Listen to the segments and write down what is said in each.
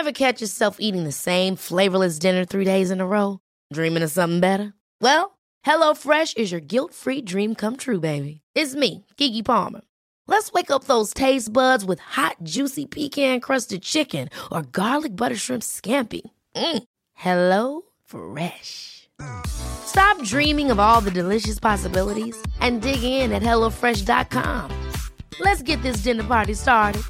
Ever catch yourself eating the same flavorless dinner 3 days in a row? Dreaming of something better? Well, HelloFresh is your guilt-free dream come true, baby. It's me, Keke Palmer. Let's wake up those taste buds with hot, juicy pecan-crusted chicken or garlic butter shrimp scampi. Hello Fresh. Stop dreaming of all the delicious possibilities and dig in at HelloFresh.com. Let's get this dinner party started.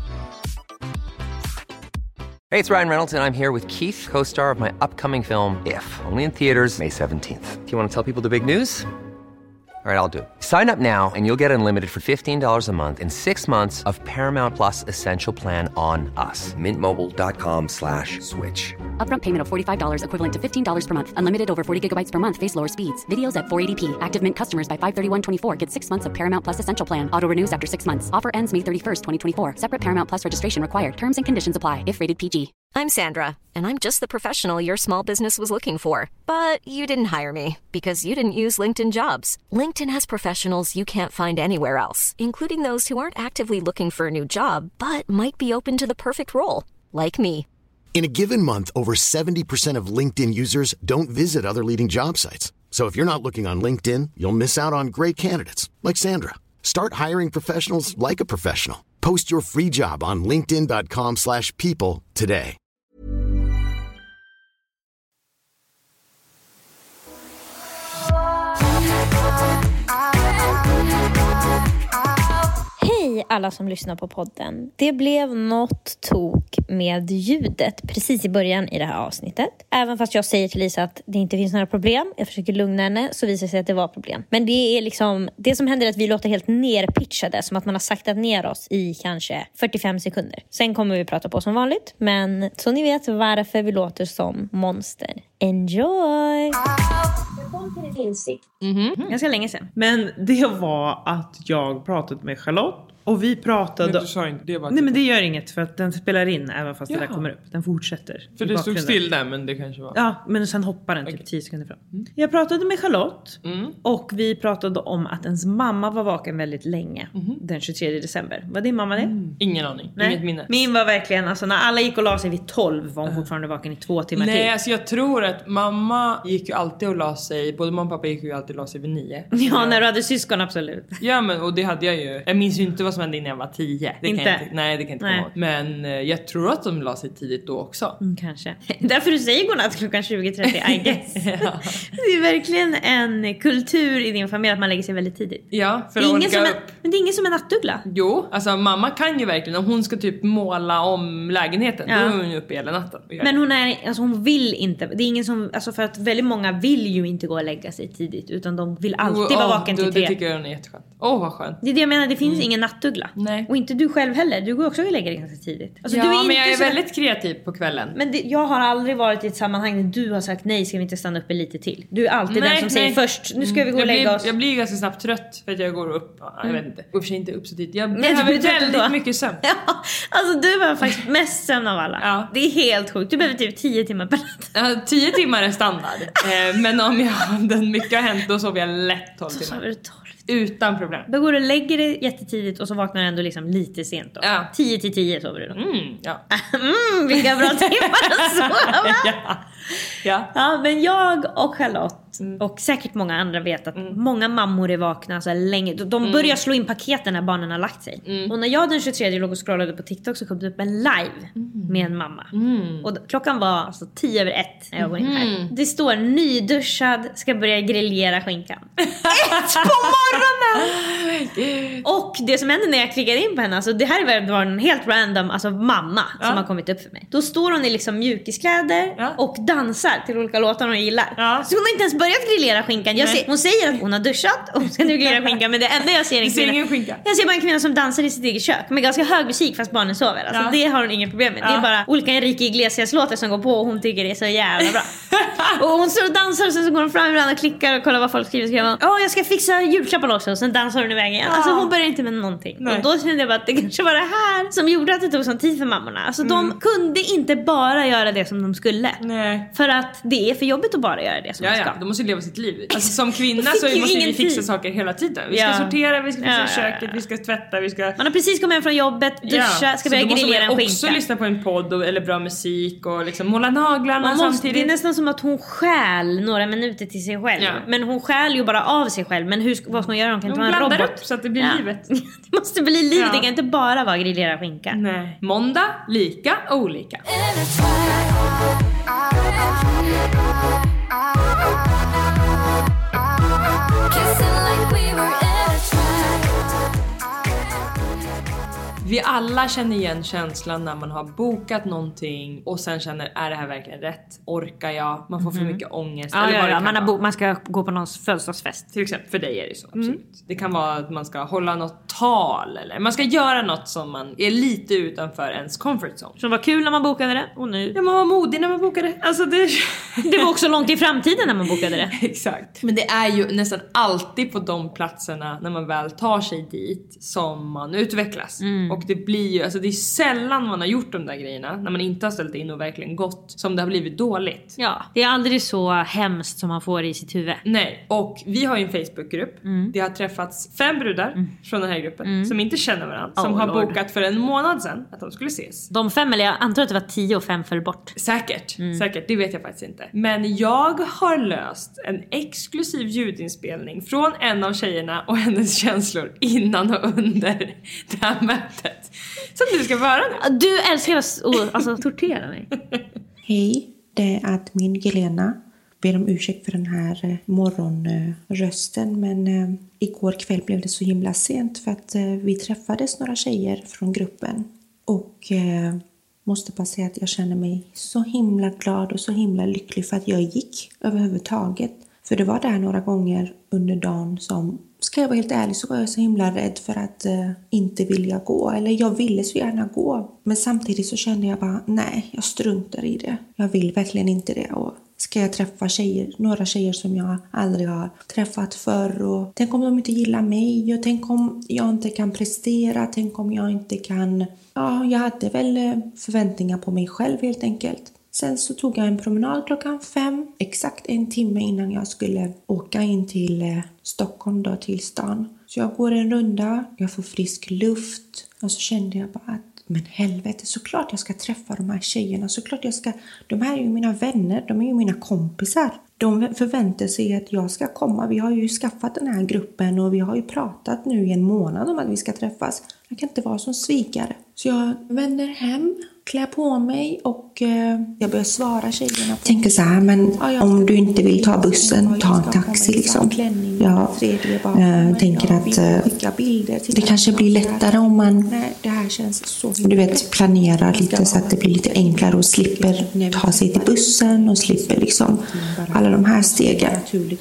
Hey, it's Ryan Reynolds, and I'm here with Keith, co-star of my upcoming film, If, only in theaters May 17th. Do you want to tell people the big news? All right, I'll do it. Sign up now and you'll get unlimited for $15 a month and 6 months of Paramount Plus Essential Plan on us. MintMobile.com/switch. Upfront payment of $45 equivalent to $15 per month. Unlimited over 40 gigabytes per month. Face lower speeds. Videos at 480p. Active Mint customers by 531.24 get 6 months of Paramount Plus Essential Plan. Auto renews after 6 months. Offer ends May 31st, 2024. Separate Paramount Plus registration required. Terms and conditions apply if rated PG. I'm Sandra, and I'm just the professional your small business was looking for. But you didn't hire me because you didn't use LinkedIn Jobs. LinkedIn has professionals you can't find anywhere else, including those who aren't actively looking for a new job, but might be open to the perfect role, like me. In a given month, over 70% of LinkedIn users don't visit other leading job sites. So if you're not looking on LinkedIn, you'll miss out on great candidates like Sandra. Start hiring professionals like a professional. Post your free job on linkedin.com/people today. Hej alla som lyssnar på podden. Det blev något tok med ljudet precis i början i det här avsnittet. Även fast jag säger till Lisa att det inte finns några problem, jag försöker lugna henne, så visar det sig att det var problem. Men det är liksom, det som händer är att vi låter helt nerpitchade, som att man har saktat ner oss i kanske 45 sekunder. Sen kommer vi prata på som vanligt, men så ni vet varför vi låter som monster. Enjoy! Jag kom till en insikt. Ganska länge sedan. Men det var att jag pratade med Charlotte. Och vi pratade... Men du sa inte det bara... Nej, men det gör inget för att den spelar in även fast det där kommer upp. Den fortsätter. För det stod still där, men det kanske var... Ja, men sen hoppar den typ 10 sekunder fram. Jag pratade med Charlotte. Och vi pratade om att ens mamma var vaken väldigt länge. Den 23 december. Var din mamma det? Ingen aning. Nej. Inget minne. Min var verkligen, alltså när alla gick och la sig vid 12 var hon fortfarande vaken i 2 timmar till. Nej, alltså jag tror att mamma gick ju alltid och la sig. Både mamma och pappa gick ju alltid och la sig vid 9. Ja, när du hade syskon, absolut. Ja, men och det hade jag ju. Jag minns ju inte vad som hände innan jag var 10. Det inte? Kan jag inte, nej, det kan jag inte komma ihåg. Men jag tror att de la sig tidigt då också. Kanske. Därför du säger godnatt klockan 20:30, I guess. Ja. Det är verkligen en kultur i din familj att man lägger sig väldigt tidigt. Ja, för att orka upp. Men det är ingen som är nattuggla. Jo, alltså mamma kan ju verkligen. Om hon ska typ måla om lägenheten, då är hon ju uppe hela natten. Men hon är, alltså hon vill inte. Det är ingen som, alltså för att väldigt många vill ju inte gå och lägga sig tidigt, utan de vill alltid vara vaken till 3. Det tycker jag är jätteskönt. Vad skönt. Det är det jag menar, det finns ingen nattuggla. Nej. Och inte du själv heller, du går också och lägger dig ganska tidigt. Alltså, ja, du är men jag är så... väldigt kreativ på kvällen. Men jag har aldrig varit i ett sammanhang där du har sagt nej, ska vi inte stanna uppe lite till. Du är alltid den som säger först, nu ska vi gå och lägga oss. Jag blir ganska snabbt trött för att jag går upp, jag vet inte. Och för sig inte upp så tidigt. Jag behöver väldigt mycket sömn. Ja, alltså du behöver faktiskt mest sömn av alla. Ja. Det är helt sjukt, du behöver typ 10 timmar per natt. Ja, 10 timmar är standard. Men om jag hade mycket har hänt, då sover jag lätt 12 timmar. Så sover du 12. Utan problem. Då går du och lägger dig jättetidigt och så vaknar du ändå liksom lite sent då. Ja. 10 till 10 sover du då. Ja. Vilka bra timmar att sova. Ja, men jag och Charlotte och säkert många andra vet att många mammor är vakna så länge. De börjar slå in paketen när barnen har lagt sig. Och när jag den 23 låg och scrollade på TikTok så kom det upp en live med en mamma. Och klockan var alltså 10:01 när jag går in här. Det står nyduschad, ska börja grillera skinkan. 1 på morgonen! Och det som händer när jag klickar in på henne, alltså det här var en helt random alltså mamma som har kommit upp för mig. Då står hon i liksom mjukiskläder och dansar till olika låtar hon gillar. Så hon har inte ens börjat grillera skinkan. Hon säger att hon har duschat och hon ska nu grillera skinkan, men det enda jag ser är en kvinna. Ingen skinka. Jag ser bara en kvinna som dansar i sitt eget kök med ganska hög musik fast barnen sover. Alltså det har hon inget problem med. Det är bara olika Enrique Iglesias-låtar som går på och hon tycker det är så jävla bra. Och hon står och dansar och sen så går hon fram ibland och klickar och kollar vad folk skriver. Jag ska fixa julklappar också. Och sen dansar hon iväg igen. Alltså hon börjar inte med någonting. Nej. Och då kände jag bara att det kanske var det här som gjorde att det tog sån tid för mammorna. Alltså de kunde inte bara göra det som de skulle. Nej. För att det är för jobbigt att bara göra det som de ska. De måste leva sitt liv. Alltså som kvinna så måste vi fixa saker hela tiden. Vi ska sortera, vi ska fixa köket, vi ska tvätta, man har precis kommit hem från jobbet, duscha, ska börja grillera en skinka. Också lyssna på en podd eller bra musik och liksom måla naglarna samtidigt. Det är nästan som att hon stjäl några minuter till sig själv. Men hon stjäl ju bara av sig själv. Men vad ska hon göra? Hon kan inte vara en robot. Upp så att det blir livet. Det måste bli livet, det kan inte bara vara grillera skinka. Nej. Måndag, lika, olika. Vi alla känner igen känslan när man har bokat någonting och sen känner, är det här verkligen rätt? Orkar jag? Man får för mycket ångest. Man ska gå på någons födelsedagsfest. Till exempel, för dig är det så, absolut. Det kan vara att man ska hålla något tal eller man ska göra något som man är lite utanför ens comfort zone. Så det var kul när man bokade det och nu... Ja, man var modig när man bokade. Alltså det var också långt i framtiden när man bokade det. Exakt. Men det är ju nästan alltid på de platserna när man väl tar sig dit som man utvecklas. Och det blir ju, alltså det är sällan man har gjort de där grejerna när man inte har ställt in och verkligen gått som det har blivit dåligt. Ja, det är aldrig så hemskt som man får i sitt huvud. Nej, och vi har ju en Facebookgrupp. Det har träffats 5 brudar från den här gruppen som inte känner varandra. Som har bokat för en månad sedan att de skulle ses. De 5, eller jag antar att det var 10 och 5 föll bort. Säkert, det vet jag faktiskt inte. Men jag har löst en exklusiv ljudinspelning från en av tjejerna och hennes känslor innan och under det här mötet. Så du ska vara nu. Du älskar att tortera mig. Hej, det är admin Helena. Ber om ursäkt för den här morgonrösten. Men igår kväll blev det så himla sent för att vi träffades några tjejer från gruppen. Och måste bara säga att jag känner mig så himla glad och så himla lycklig för att jag gick överhuvudtaget. För det var där några gånger under dagen som, ska jag vara helt ärlig, så var jag så himla rädd för att inte vilja gå. Eller jag ville så gärna gå. Men samtidigt så kände jag bara, nej, jag struntar i det. Jag vill verkligen inte det. Och ska jag träffa några tjejer som jag aldrig har träffat förr. Och tänk om de inte gillar mig. Och tänk om jag inte kan prestera. Tänk om jag inte kan... Ja, jag hade väl förväntningar på mig själv helt enkelt. Sen så tog jag en promenad 5:00, exakt 1 timme innan jag skulle åka in till Stockholm då, till stan. Så jag går en runda, jag får frisk luft och så kände jag bara att men helvete, såklart jag ska träffa de här tjejerna, såklart jag ska, de här är ju mina vänner, de är ju mina kompisar. De förväntar sig att jag ska komma, vi har ju skaffat den här gruppen och vi har ju pratat nu i 1 månad om att vi ska träffas. Jag kan inte vara som svikare. Så jag vänder hem, klär på mig och jag börjar svara tjejerna. Tänker så här, men om du inte vill ta bussen, ta en taxi liksom. Jag tänker att det kanske blir lättare om man, det här känns så, du vet, planerar lite så att det blir lite enklare och slipper ta sig till bussen och slipper liksom alla de här stegen.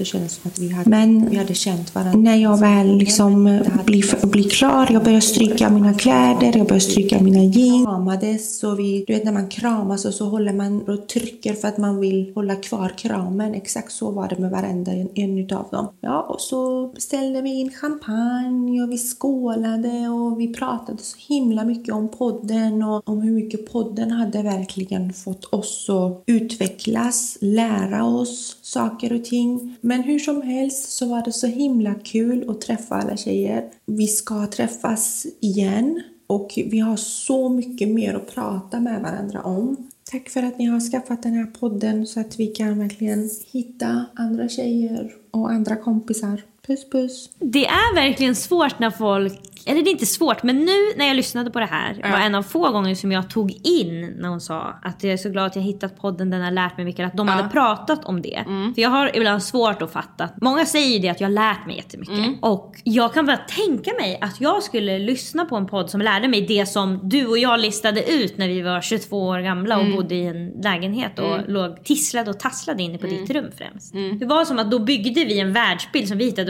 Men vi hade känt varandra. När jag väl liksom blir klar, jag börjar stryka mina kläder, jag börjar stryka mina jeans. Kramades och du vet när man kramas och så håller man och trycker för att man vill hålla kvar kramen. Exakt så var det med varenda en utav dem. Ja, och så beställde vi in champagne och vi skålade och vi pratade så himla mycket om podden och om hur mycket podden hade verkligen fått oss att utvecklas, lära oss saker och ting. Men hur som helst så var det så himla kul att träffa alla tjejer. Vi ska träffas igen. Och vi har så mycket mer att prata med varandra om. Tack för att ni har skaffat den här podden så att vi kan verkligen hitta andra tjejer och andra kompisar. Puss puss. Det är verkligen svårt när folk... Eller det är inte svårt, men nu när jag lyssnade på det här var en av få gånger som jag tog in när hon sa att jag är så glad att jag hittat podden, den har lärt mig mycket, att de hade pratat om det. För jag har ibland svårt att fatta. Många säger ju det att jag har lärt mig jättemycket. Och jag kan bara tänka mig att jag skulle lyssna på en podd som lärde mig det som du och jag listade ut när vi var 22 år gamla och bodde i en lägenhet och låg tisslade och tasslade inne på ditt rum främst. Det var som att då byggde vi en världsbild som vi hittade på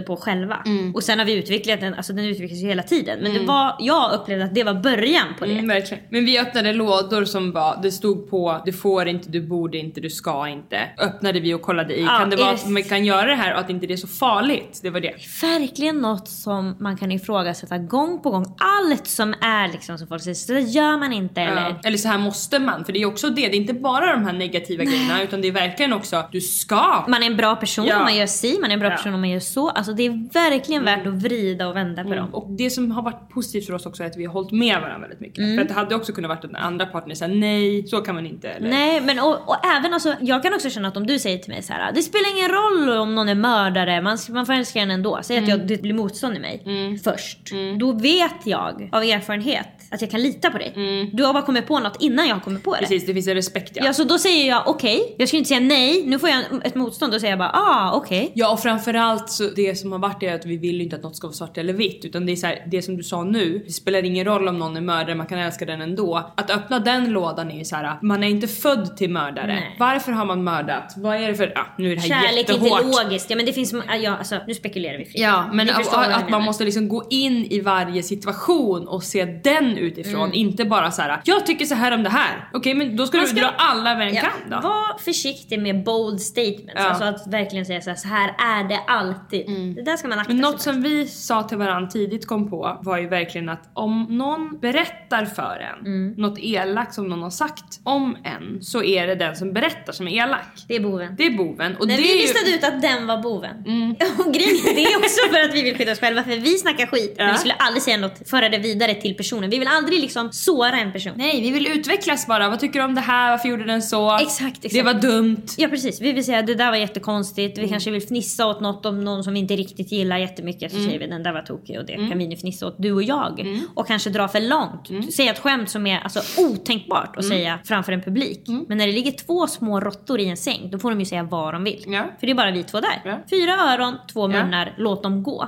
på själva. Och sen har vi utvecklat den, alltså den utvecklas ju hela tiden. Men jag upplevde att det var början på det. Verkligen. Men vi öppnade lådor som det stod på, du får inte, du borde inte, du ska inte. Öppnade vi och kollade i. Kan det vara att man kan göra det här och att inte det är så farligt? Det var det. Verkligen något som man kan ifrågasätta gång på gång. Allt som är liksom som folk säger, så det gör man inte. Eller så här måste man. För det är också det är inte bara de här negativa grejerna, utan det är verkligen också, du ska. Man är en bra person om man gör si, man är en bra person om man gör så. Alltså det är verkligen värt att vrida och vända på dem. Och det som har varit positivt för oss också är att vi har hållit med varandra väldigt mycket. För att det hade också kunnat varit att den andra partnern säger nej, så kan man inte. Eller? Nej, men och även alltså, jag kan också känna att om du säger till mig så här, det spelar ingen roll om någon är mördare, man får älska den ändå. Säg att det blir motstånd i mig först. Då vet jag av erfarenhet att jag kan lita på dig. Du har bara kommit på något innan jag har kommit på det. Precis, det finns en respekt. Ja, så då säger jag okej. Jag skulle inte säga nej, nu får jag ett motstånd. Då säger jag bara okej. Ja, och framförallt så det som har varit är att vi vill inte att något ska vara svart eller vitt. Utan det är så här, det som du sa nu, det spelar ingen roll om någon är mördare, man kan älska den ändå. Att öppna den lådan är ju så här, man är inte född till mördare. Nej. Varför har man mördat? Vad är det för, nu är det här kärlek jättehårt. Kärlek är inte logiskt. Ja, men det finns, alltså nu spekulerar vi fritt. Ja, men att man måste liksom gå in i varje situation och se den utifrån. Inte bara så här, jag tycker så här om det här. Okej, men då ska du dra alla över en kant då. Var försiktig med bold statements. Alltså att verkligen säga så här är det alltid. Det där ska man akta sig. Men något som vi sa till varandra tidigt kom på var ju verkligen att om någon berättar för en något elakt som någon har sagt om en, så är det den som berättar som är elak. Det är boven. Det är boven. Och när det vi är listade ut att den var boven. Och grejen, det är också för att vi vill skydda oss själva. För vi snackar skit. Men vi skulle aldrig säga något, föra det vidare till personen. Vi vill aldrig liksom såra en person. Nej, vi vill utvecklas bara. Vad tycker du om det här? Varför gjorde den så? Exakt. Det var dumt. Ja, precis. Vi vill säga det där var jättekonstigt. Vi kanske vill fnissa åt något om någon som vi inte riktigt gillar jättemycket. Så säger vi den där var tokig och det kan vi nu fnissa åt, du och jag. Och kanske dra för långt. Säga ett skämt som är alltså otänkbart att säga framför en publik. Men när det ligger 2 små råttor i en säng, då får de ju säga vad de vill. För det är bara vi 2 där. 4 öron, 2 munnar, låt dem gå.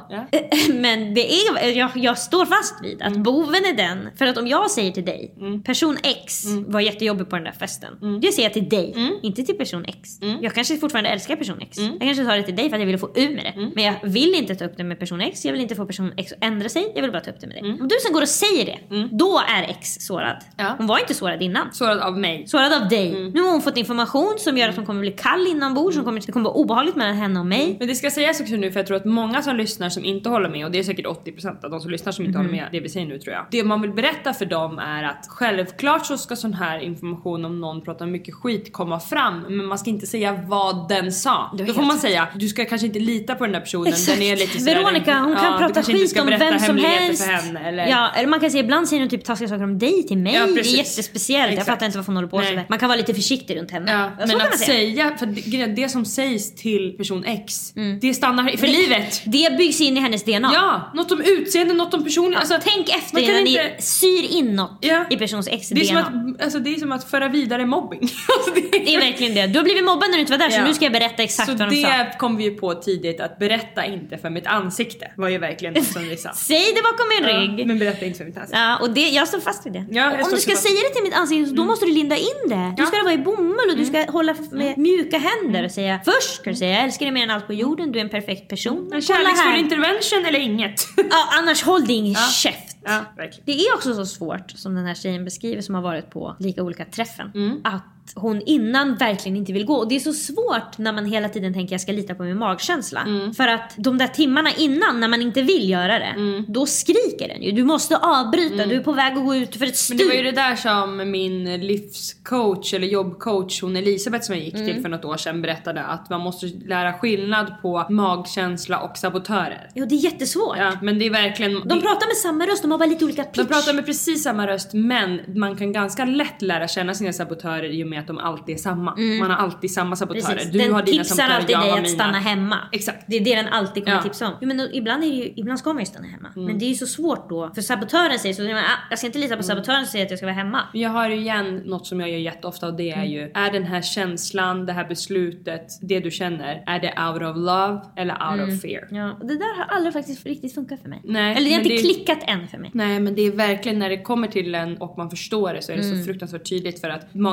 Men det är, jag står fast vid att boven är den. För att om jag säger till dig, person X var jättejobbig på den där festen. Det säger jag till dig, inte till person X. Jag kanske fortfarande älskar person X. Jag kanske tar det till dig för att jag vill få ur med det. Men jag vill inte ta upp det med person X. Jag vill inte få person X att ändra sig. Jag vill bara ta upp det med dig. Om du sen går och säger det, då är X sårad. Hon var inte sårad innan. Sårad av mig. Sårad av dig. Nu har hon fått information som gör att hon kommer bli kall inombords. Det kommer vara obehagligt mellan henne och mig. Men det ska sägas också nu, för jag tror att många som lyssnar som inte håller med, och det är säkert 80% av de som lyssnar som inte håller med det vi säger nu, tror jag. Det man vill berätta för dem är att självklart så ska sån här information om någon pratar mycket skit komma fram, men man ska inte säga vad den sa. Då får man säga, du ska kanske inte lita på den där personen. Exakt. Den är lite Veronica, hon kan prata skit om vem som helst. För henne, eller? Ja, eller man kan säga ibland säger hon typ taskiga saker om dig till mig. Det är jättespeciellt. Exakt. Jag fattar inte varför hon håller på sådär. Man kan vara lite försiktig runt henne. Ja, men att säga, för det som sägs till person X, det stannar för livet. Det byggs in i hennes DNA. Ja, något om utseende, något om person. Alltså, tänk efter när ni syr in något i persons X DNA. Det är som att föra vidare mobbing. Alltså, det är verkligen det. Du har blivit mobbad när du inte var där, så nu ska jag berätta exakt så vad de sa. Så det kom vi ju på tidigt, att berätta inte för mitt ansikte var ju verkligen något som vi sa. Säg det bakom min rygg. Men berätta inte för mitt ansikte. Ja, och det, jag står fast vid det. Ja, om du ska säga det till mitt ansikte, då måste du linda in det. Du ska vara i bomull och du ska hålla med mjuka händer och säga, först ska du säga, jag älskar dig mer än allt på jorden, du är en perfekt person. Kärleksfull intervention eller inget. Ja, annars håll din käft. Ja, verkligen. Det är också så svårt, som den här tjejen beskriver som har varit på lika olika träffen, att hon innan verkligen inte vill gå. Och det är så svårt när man hela tiden tänker jag ska lita på min magkänsla. För att de där timmarna innan, när man inte vill göra det, då skriker den ju. Du måste avbryta, du är på väg att gå ut för ett stup. Men det var ju det där som min livscoach eller jobbcoach, hon Elisabeth som jag gick till för något år sedan, berättade, att man måste lära skillnad på magkänsla och sabotörer. Ja, det är jättesvårt. Ja, men det är verkligen... De pratar med samma röst, de har bara lite olika pitch. De pratar med precis samma röst, men man kan ganska lätt lära känna sina sabotörer i och med att de alltid är samma. Man har alltid samma sabotörer. Precis. Du den har dina tipsar sabotörer, alltid jag dig har att mina. stanna hemma. Exakt. Det är det den alltid kommer tipsa om. Jo, men ibland, ibland ska man ju stanna hemma. Men det är ju så svårt då. För sabotören säger så, jag ska inte lita på sabotören som säger att jag ska vara hemma. Jag har ju igen något som jag gör jätteofta, och det är ju, är den här känslan, det här beslutet, det du känner, är det out of love eller out of fear? Ja, det där har aldrig faktiskt riktigt funkat för mig. Nej, eller det har inte klickat än för mig. Nej, men det är verkligen när det kommer till en och man förstår det, så är det så fruktansvärt tydligt, för att magkänslan kan ju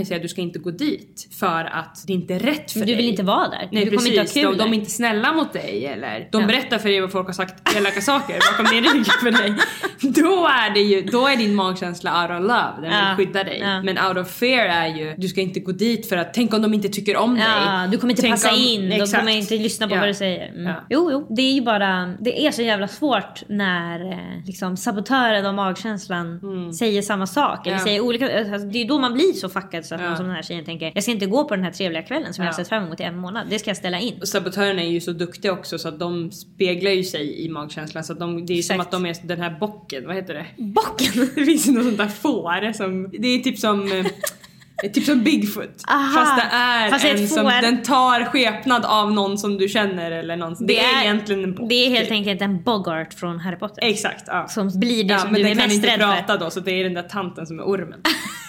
egentligen säga att du ska inte gå dit för att det inte är rätt för dig. Du vill inte vara där. Nej, du precis. Kommer inte ha kul de är inte snälla mot dig. Eller de berättar för dig vad folk har sagt elaka saker bakom din rygg för dig. Då är din magkänsla out of love. Den vill skydda dig. Men out of fear är ju, du ska inte gå dit för att tänk om de inte tycker om dig. Du kommer inte passa in. Exakt. De kommer inte lyssna på vad du säger. Jo, det är ju bara, det är så jävla svårt när liksom sabotören och magkänslan säger samma sak eller säger olika, alltså, det är då man blir så fuckad så att man som den här tjejen tänker, jag ska inte gå på den här trevliga kvällen som jag har sett fram emot i en månad, det ska jag ställa in. Och sabotörerna är ju så duktiga också så att de speglar ju sig i magkänslan, så att det är som att de är den här bocken, vad heter det? Bocken? Det finns något sånt där får som, det är typ som Bigfoot. Fast det är en som den tar skepnad av någon som du känner eller någon. Det är egentligen en bock. Det är helt enkelt en Bogart från Harry Potter. Exakt, ja. Som blir det som du är mest rädd för. Men den kan inte prata då, så det är den där tanten som är ormen.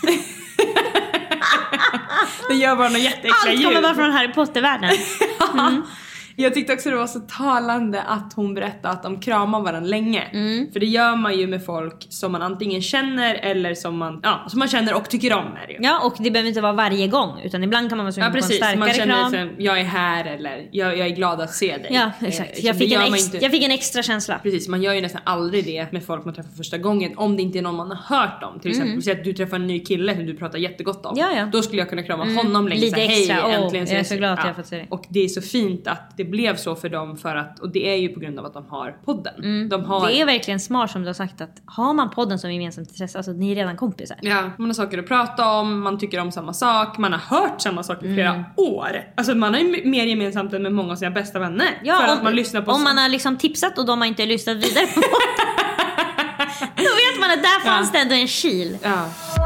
Det gör bara något jätteäckliga ljud. Allt kommer bara från Harry Potter-världen. Jag tyckte också det var så talande att hon berättade att de kramar varandra länge. För det gör man ju med folk som man antingen känner eller som man känner och tycker om. Ja, och det behöver inte vara varje gång, utan ibland kan man vara sugen på en starkare man känner kram. Jag är här eller jag är glad att se dig. Ja, exakt. Jag fick en extra känsla. Precis, man gör ju nästan aldrig det med folk man träffar första gången om det inte är någon man har hört om. Till exempel, säg att du träffar en ny kille som du pratar jättegott om. Då skulle jag kunna krama honom länge. Lite extra, äntligen jag är så glad att jag har fått se det. Och det är så fint att det blev så för dem, för att, och det är ju på grund av att de har podden. Det är verkligen smart som du har sagt, att har man podden som gemensamt intresse, alltså ni är redan kompisar. Ja, man har saker att prata om, man tycker om samma sak, man har hört samma sak i flera år. Alltså man har ju mer gemensamt än med många av sina bästa vänner. Ja, för att man lyssnar på man har liksom tipsat och de har inte lyssnat vidare på då vet man att där fanns det ändå en kil. Ja.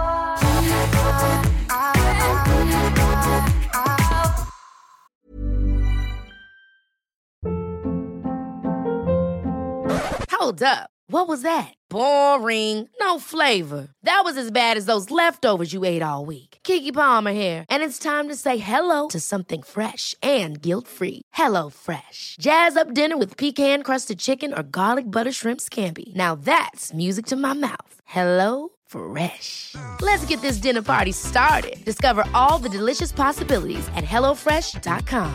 Hold up. What was that? Boring. No flavor. That was as bad as those leftovers you ate all week. Keke Palmer here, and it's time to say hello to something fresh and guilt-free. Hello Fresh. Jazz up dinner with pecan-crusted chicken or garlic butter shrimp scampi. Now that's music to my mouth. Hello Fresh. Let's get this dinner party started. Discover all the delicious possibilities at hellofresh.com.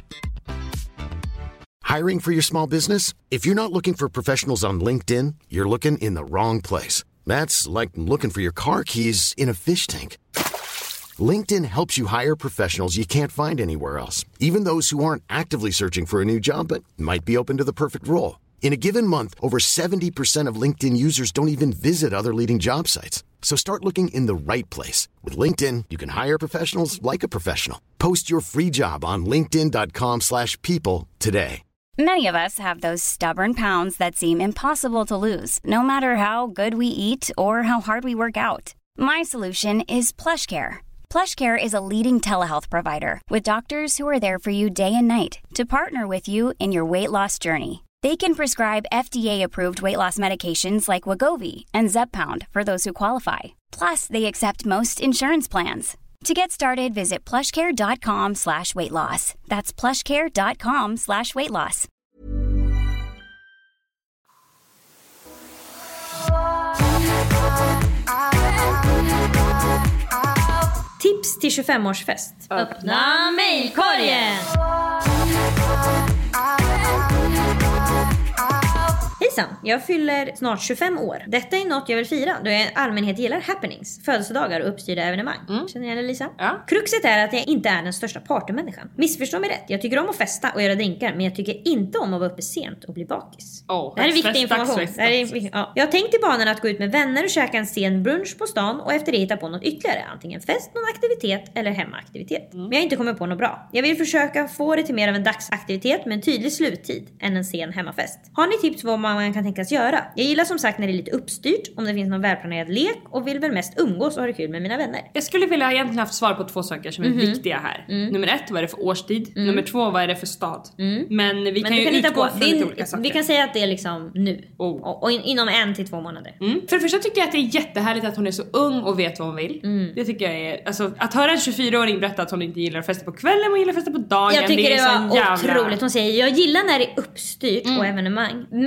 Hiring for your small business? If you're not looking for professionals on LinkedIn, you're looking in the wrong place. That's like looking for your car keys in a fish tank. LinkedIn helps you hire professionals you can't find anywhere else, even those who aren't actively searching for a new job but might be open to the perfect role. In a given month, over 70% of LinkedIn users don't even visit other leading job sites. So start looking in the right place. With LinkedIn, you can hire professionals like a professional. Post your free job on linkedin.com/people today. Many of us have those stubborn pounds that seem impossible to lose, no matter how good we eat or how hard we work out. My solution is PlushCare. PlushCare is a leading telehealth provider with doctors who are there for you day and night to partner with you in your weight loss journey. They can prescribe FDA-approved weight loss medications like Wegovy and Zepbound for those who qualify. Plus, they accept most insurance plans. To get started, visit plushcare.com/weightloss. That's plushcare.com/weightloss. Tips till 25-årsfest. Öppna mejlkorgen! Hejsan, jag fyller snart 25 år. Detta är något jag vill fira då jag i allmänhet gillar happenings, födelsedagar och uppstyrda evenemang. Känner ni det, Lisa? Ja. Kruxet är att jag inte är den största partymänniskan. Missförstå mig rätt, jag tycker om att festa och göra drinkar, men jag tycker inte om att vara uppe sent och bli bakis. Det här är viktig information. Jag har tänkt i banan att gå ut med vänner och käka en sen brunch på stan och efter det hitta på något ytterligare. Antingen fest, någon aktivitet eller hemmaaktivitet. Men jag har inte kommit på något bra. Jag vill försöka få det till mer av en dagsaktivitet med en tydlig sluttid än en sen hemmafest. Har ni tips på vad man kan tänkas göra? Jag gillar som sagt när det är lite uppstyrt, om det finns någon välplanerad lek och vill väl mest umgås och ha det kul med mina vänner. Jag skulle vilja egentligen haft svar på 2 saker som är viktiga här. Nummer 1, vad är det för årstid? Nummer 2, vad är det för stad? Men vi kan ju utgå från lite olika saker. Vi kan säga att det är liksom nu. Och inom 1 till 2 månader. För det första tycker jag att det är jättehärligt att hon är så ung och vet vad hon vill. Det tycker jag är, alltså att höra en 24-åring berätta att hon inte gillar att festa på kvällen och gillar att festa på dagen. Jag tycker det var jävla... otroligt. Hon säger, jag gillar när det är uppstyrt och evenemang. Men, för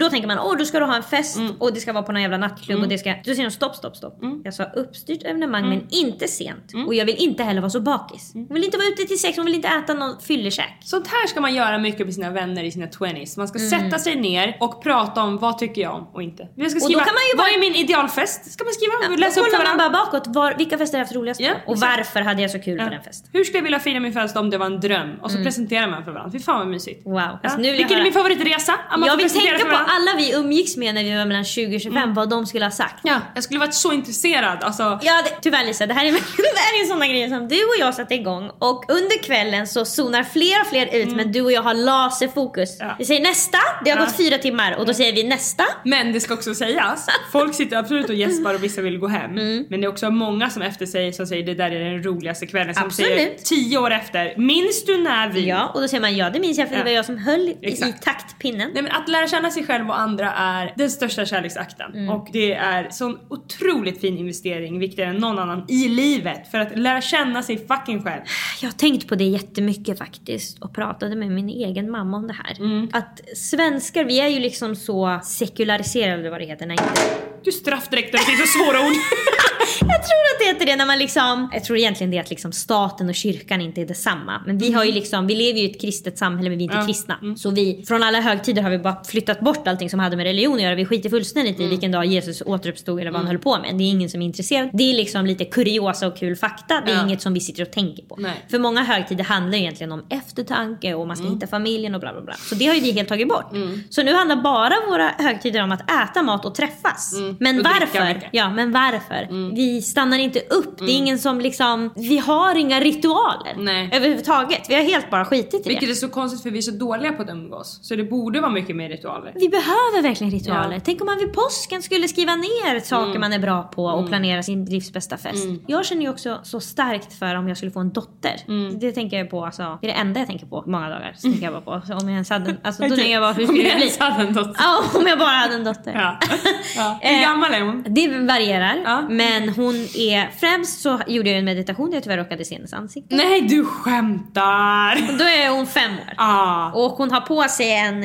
då tänker man, då ska du ha en fest och det ska vara på någon jävla nattklubb och det ska... Då säger de stopp. Jag sa uppstyrt evenemang men inte sent. Och jag vill inte heller vara så bakis. Jag vill inte vara ute till sex, man vill inte äta någon fyllekäk. Sånt här ska man göra mycket med sina vänner i sina 20s. Man ska sätta sig ner och prata om vad tycker jag om och inte. Jag ska skriva, och då kan man ju vad är min idealfest? Ska man skriva, läsa upp för varandra. Man bara bakåt, vilka fester har jag haft roligast på? Och varför hade jag så kul på den festen? Hur skulle jag vilja fira min födelsedag om det var en dröm? Och så presenterar man för varandra. Fy fan vad mysigt. Wow. Alltså, nu vilken är min favoritresa? Jag vill tänka på alla vi umgicks med när vi var mellan 20 och 25 vad de skulle ha sagt. Ja, jag skulle varit så intresserad. Alltså... Ja, tyvärr Lisa, det här är sådana grejer som du och jag satte igång. Och under kvällen så zonar fler och fler ut, men du och jag har laserfokus. Vi säger nästa, det har gått 4 timmar och då säger vi nästa. Men det ska också sägas, folk sitter absolut och gäspar och vissa vill gå hem. Men det är också många som efter sig som säger det där är den roligaste kvällen. Som säger 10 år efter, minns du när vi... Ja, och då säger man det minns jag för det var jag som höll i taktpinnen. Nej, men att lära känna sig själv och andra är den största kärleksakten. Och det är sån otroligt fin investering, viktigare än någon annan i livet. För att lära känna sig fucking själv. Jag har tänkt på det jättemycket faktiskt och pratade med min egen mamma om det här. Att svenskar, vi är ju liksom så sekulariserade, vad det heter. Nej, inte. Du straffdräktar, det är så svåra ord. Jag tror att det heter det när man liksom... Jag tror egentligen det att liksom staten och kyrkan inte är detsamma. Men vi har ju liksom... Vi lever ju i ett kristet samhälle men vi är inte kristna. Så vi, från alla högtider har vi bara flyttat bort allting som hade med religion att göra. Vi skiter fullständigt i vilken dag Jesus återuppstod eller vad han höll på med. Det är ingen som är intresserad. Det är liksom lite kuriosa och kul fakta. Det är inget som vi sitter och tänker på. Nej. För många högtider handlar egentligen om eftertanke och man ska hitta familjen och bla bla bla. Så det har ju vi helt tagit bort. Så nu handlar bara våra högtider om att äta mat och träffas. Men varför? Ja, men varför? Vi stannar inte upp. Det är ingen som liksom... Vi har inga ritualer. Nej. Överhuvudtaget. Vi har helt bara skitit i det. Vilket är så konstigt för vi är så dåliga på att umgås. Så det borde vara mycket mer ritualer. Vi behöver verkligen ritualer. Tänk om man vid påsken skulle skriva ner saker man är bra på och planera sin livs bästa fest. Jag känner ju också så starkt för om jag skulle få en dotter. Det tänker jag på, alltså, det är det enda jag tänker på många dagar. Så tänker jag bara på. Så om jag ens hade, alltså, då tänker jag bara, hur skulle det bli? Ja, om jag bara hade en dotter. Hur gammal är hon? Det varierar. Men hon är, främst så gjorde jag en meditation där jag tyvärr råkade se hennes ansikte. Nej, du skämtar. Då är hon 5 år. Och hon har på sig en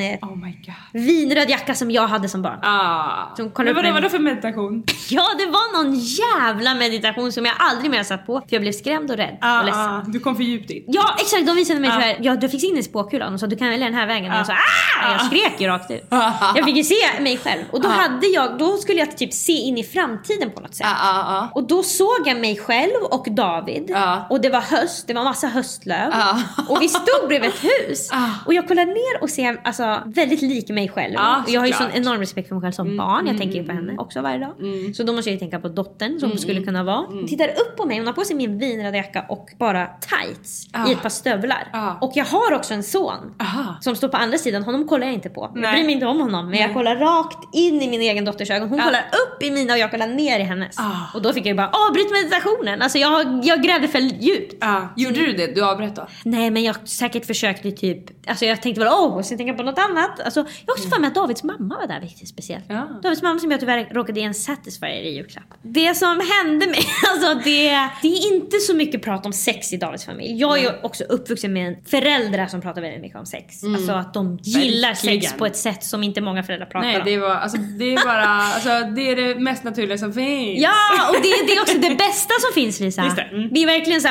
vinröd jacka som jag hade som barn. Men vad var det för meditation? Ja, det var någon jävla meditation som jag aldrig mer satt på. För jag blev skrämd och rädd och ledsen. Du kom för djupt dit. Ja, exakt. De visade mig så här. Du fick in i spåkulan och sa du kan välja den här vägen. Och jag sa jag skrek ju rakt ut. Jag fick ju se mig själv. Och då skulle jag typ se in i framtiden på något sätt. Och då såg jag mig själv och David. Och det var höst, det var massa höstlöv. Och vi stod bredvid ett hus. Och jag kollade ner och ser alltså, väldigt lik mig själv. Och jag har ju sån enorm respekt för mig själv som barn. Jag tänker ju på henne också varje dag. Så då måste jag ju tänka på dottern som skulle kunna vara. Tittar upp på mig, hon har på sig min vinröda jacka och bara tights i ett par stövlar. Och jag har också en son som står på andra sidan. Honom kollar jag inte på. Jag bryr mig inte om honom. Men jag kollar rakt in i min egen dotters ögon. Hon kollar upp i mina och jag kollar ner i hennes. Och då fick jag ju bara avbryt meditationen. Alltså jag grävde för djupt. Gjorde du det? Du avbröt då? Nej, men jag säkert försökte typ. Alltså jag tänkte bara sen tänka på något annat. Alltså jag också för mig att Davids mamma var där riktigt speciellt. Davids mamma som jag tyvärr råkade ge en Satisfyer i julklapp. Det som hände mig, alltså det är inte så mycket prat om sex i Davids familj. Jag är ju också uppvuxen med föräldrar som pratar väldigt mycket om sex. Alltså att de gillar sex på ett sätt som inte många föräldrar pratar om. Nej, det är bara alltså, det är det mest naturliga som finns. Ja, och det är också det bästa som finns, Lisa. Det är verkligen så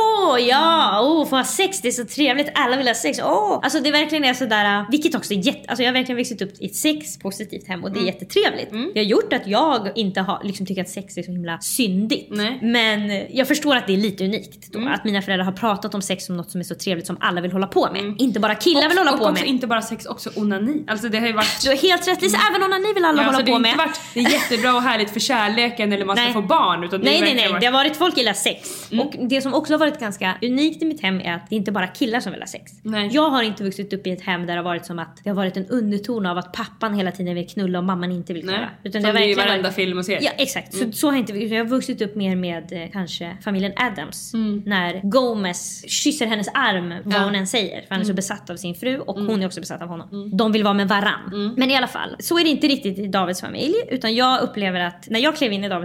här, få ha sex, det är så trevligt. Alla vill ha sex. Alltså det är verkligen sådär, vilket också är alltså jag har verkligen växt upp i ett sexpositivt hem och det är jättetrevligt. Det har gjort att jag inte har liksom tycker att sex är så himla syndigt. Men jag förstår att det är lite unikt då, att mina föräldrar har pratat om sex som något som är så trevligt som alla vill hålla på med. Inte bara killar vill hålla på med. Och inte bara sex, också onani. Alltså det har ju varit... Du är helt rätt, Lisa, även onani vill alla hålla på med. Det är jättebra och härligt för kärleken eller man ska få barn. Utan Nej. Det har varit folk gillar sex. Och det som också har varit ganska unikt i mitt hem är att det inte bara killar som vill ha sex. Jag har inte vuxit upp i ett hem där det har varit som att det har varit en underton av att pappan hela tiden vill knulla och mamman inte vill knulla. Utan det är ju varenda film och serie. Ja, exakt. Så har inte jag har vuxit upp mer med kanske familjen Addams. När Gomez kysser hennes arm vad hon än säger. För han är så besatt av sin fru och hon är också besatt av honom. De vill vara med varann. Men i alla fall, så är det inte riktigt i Davids familj. Utan jag upplever att när jag klev in i Davids familj så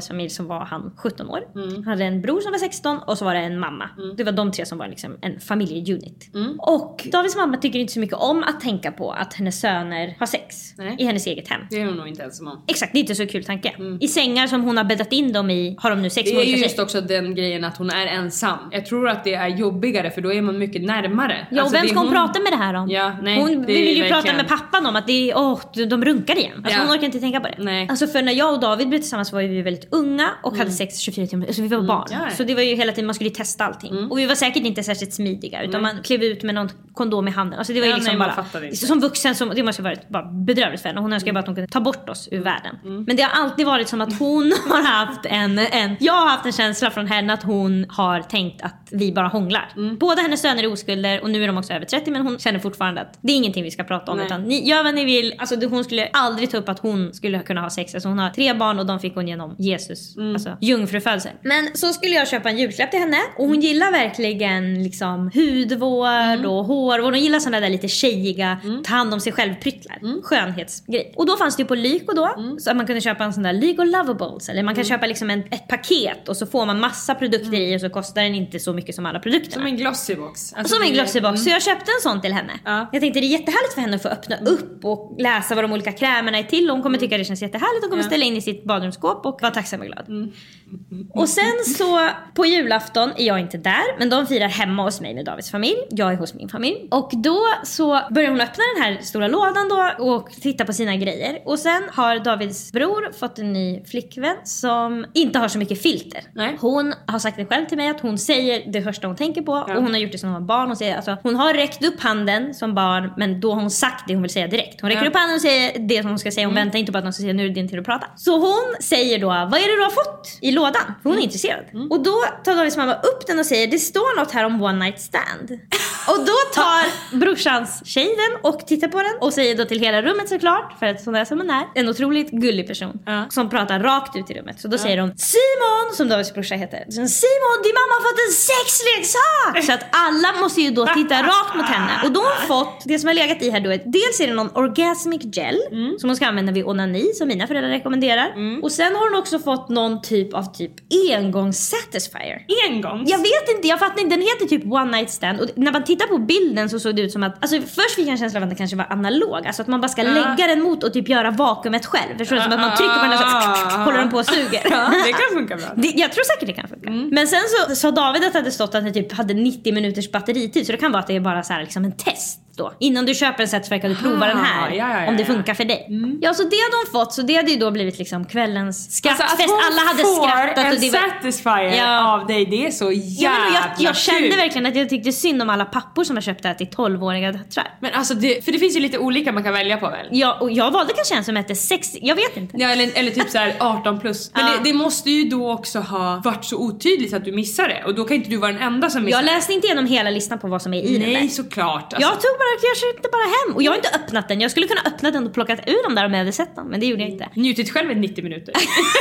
var han 17 år. Han hade en bror som var 16 och så var det en mamma. Det var de tre som var liksom en familjeunit. Och Davids mamma tycker inte så mycket om att tänka på att hennes söner har sex i hennes eget hem. Det är hon nog inte ens om. Exakt, det är inte så kul tanke. I sängar som hon har bäddat in dem i har de nu sex. Det är ju just också den grejen att hon är ensam. Jag tror att det är jobbigare för då är man mycket närmare. Ja, och vem ska hon prata med det här om? Ja, nej, hon vill ju verkligen prata med pappan om att det är, de runkar igen. Alltså hon orkar inte tänka på det. Nej. Alltså för när jag och David blev tillsammans var vi väldigt unga och hade sex 24 timmar. Alltså vi var barn. Ja. Så det var ju hela tiden man skulle testa allting. Och vi var säkert inte särskilt smidiga utan man klev ut med någon kondom i handen. Alltså det var ju liksom bara som vuxen som det måste ha varit bara bedrövligt för henne. Hon önskade bara att hon kunde ta bort oss ur världen. Men det har alltid varit som att hon har haft jag har haft en känsla från henne att hon har tänkt att vi bara hånglar. Båda hennes söner är oskulder och nu är de också över 30 men hon känner fortfarande att det är ingenting vi ska prata om utan ni gör vad ni vill. Alltså hon skulle aldrig ta upp att hon skulle kunna ha sex. Alltså hon har 3 barn och de fick hon genom Jesus. Alltså jungfrufödsel. Men så skulle jag köpa en julklapp till henne och hon gillar verkligen liksom hudvård och hårvård. Hon gillar sådana där lite tjejiga ta hand om sig själv pryttlar. Skönhetsgrej. Och då fanns det ju på Lyko då så att man kunde köpa en sån där Lyko Lovables eller man kan köpa liksom ett paket och så får man massa produkter i och så kostar den inte så mycket som alla produkterna. Som en glossybox. Alltså som en glossybox. Så jag köpte en sån till henne. Jag tänkte det är jättehärligt för henne att få öppna upp och läsa vad de olika krämerna är till och hon kommer tycka det känns jättehärligt. Hon kommer ställa in i sitt badrumsskåp och vara tacksam och glad. Och sen så på julafton är jag inte där men de firar hemma hos mig med Davids familj. Jag är hos min familj. Och då så börjar hon öppna den här stora lådan då och titta på sina grejer. Och sen har Davids bror fått en ny flickvän som inte har så mycket filter. Nej. Hon har sagt det själv till mig att hon säger det första hon tänker på och hon har gjort det som hon var barn. Hon säger, alltså, hon har räckt upp handen som barn men då har hon sagt det hon vill säga direkt. Hon räcker upp handen och säger det som hon ska säga. Hon väntar inte på att någon ska säga nu är det din tid att prata. Så hon säger då, vad är det du har fått i lådan? För hon är intresserad. Och då tar Davids mamma upp den och säger, det står något här om one night stand. Och då tar brorsans tjej den och tittar på den och säger då till hela rummet såklart, för att sån där som hon är, en otroligt gullig person som pratar rakt ut i rummet. Så då säger hon, Simon, som Davids brorsa heter, Simon, din mamma har fått en sexleksak! Så att alla måste ju då titta rakt mot henne. Och då har hon fått, det som har legat i här då, dels är det någon orgasmic gel som hon ska använda vid onani, som mina föräldrar rekommenderar. Och sen har hon också fått någon typ av engångs-satisfier. Engångs? Jag vet inte, jag fattar inte, den heter typ one night stand. Och när man tittar på bilden så såg det ut som att, alltså först fick jag en känsla av att den kanske var analog. Alltså att man bara ska lägga den mot och typ göra vakuumet själv. Förstår du? Som att man trycker på den och så håller den på och suger. Det kan funka bra. Jag tror säkert det kan funka. Men sen så sa David att det hade stått att det typ hade 90 minuters batteritid. Så det kan vara att det är bara så här liksom en test då. Innan du köper en Satisfyer kan du prova den här. Om det funkar för dig. Ja, så det hade de fått. Så det hade ju då blivit liksom kvällens skrattfest. Alltså alla hade skrattat. En och det var... Satisfyer av dig, det är så jävla jag kände verkligen att jag tyckte synd om alla pappor som har köpt det här till 12-åriga döttrar. Men alltså, för det finns ju lite olika man kan välja på väl? Ja, och jag valde kanske en som hette 60, jag vet inte. Ja, eller typ så här 18 plus. Men det måste ju då också ha varit så otydligt att du missar det. Och då kan inte du vara den enda som missar det. Jag läste inte igenom hela listan på vad som är i den där. Nej, såklart. Alltså. Jag tog bara, jag köpte bara hem. Och jag har inte öppnat den. Jag skulle kunna öppna den och plockat ur dem där om jag hade sett den. Men det gjorde jag inte. Njutit själv i 90 minuter.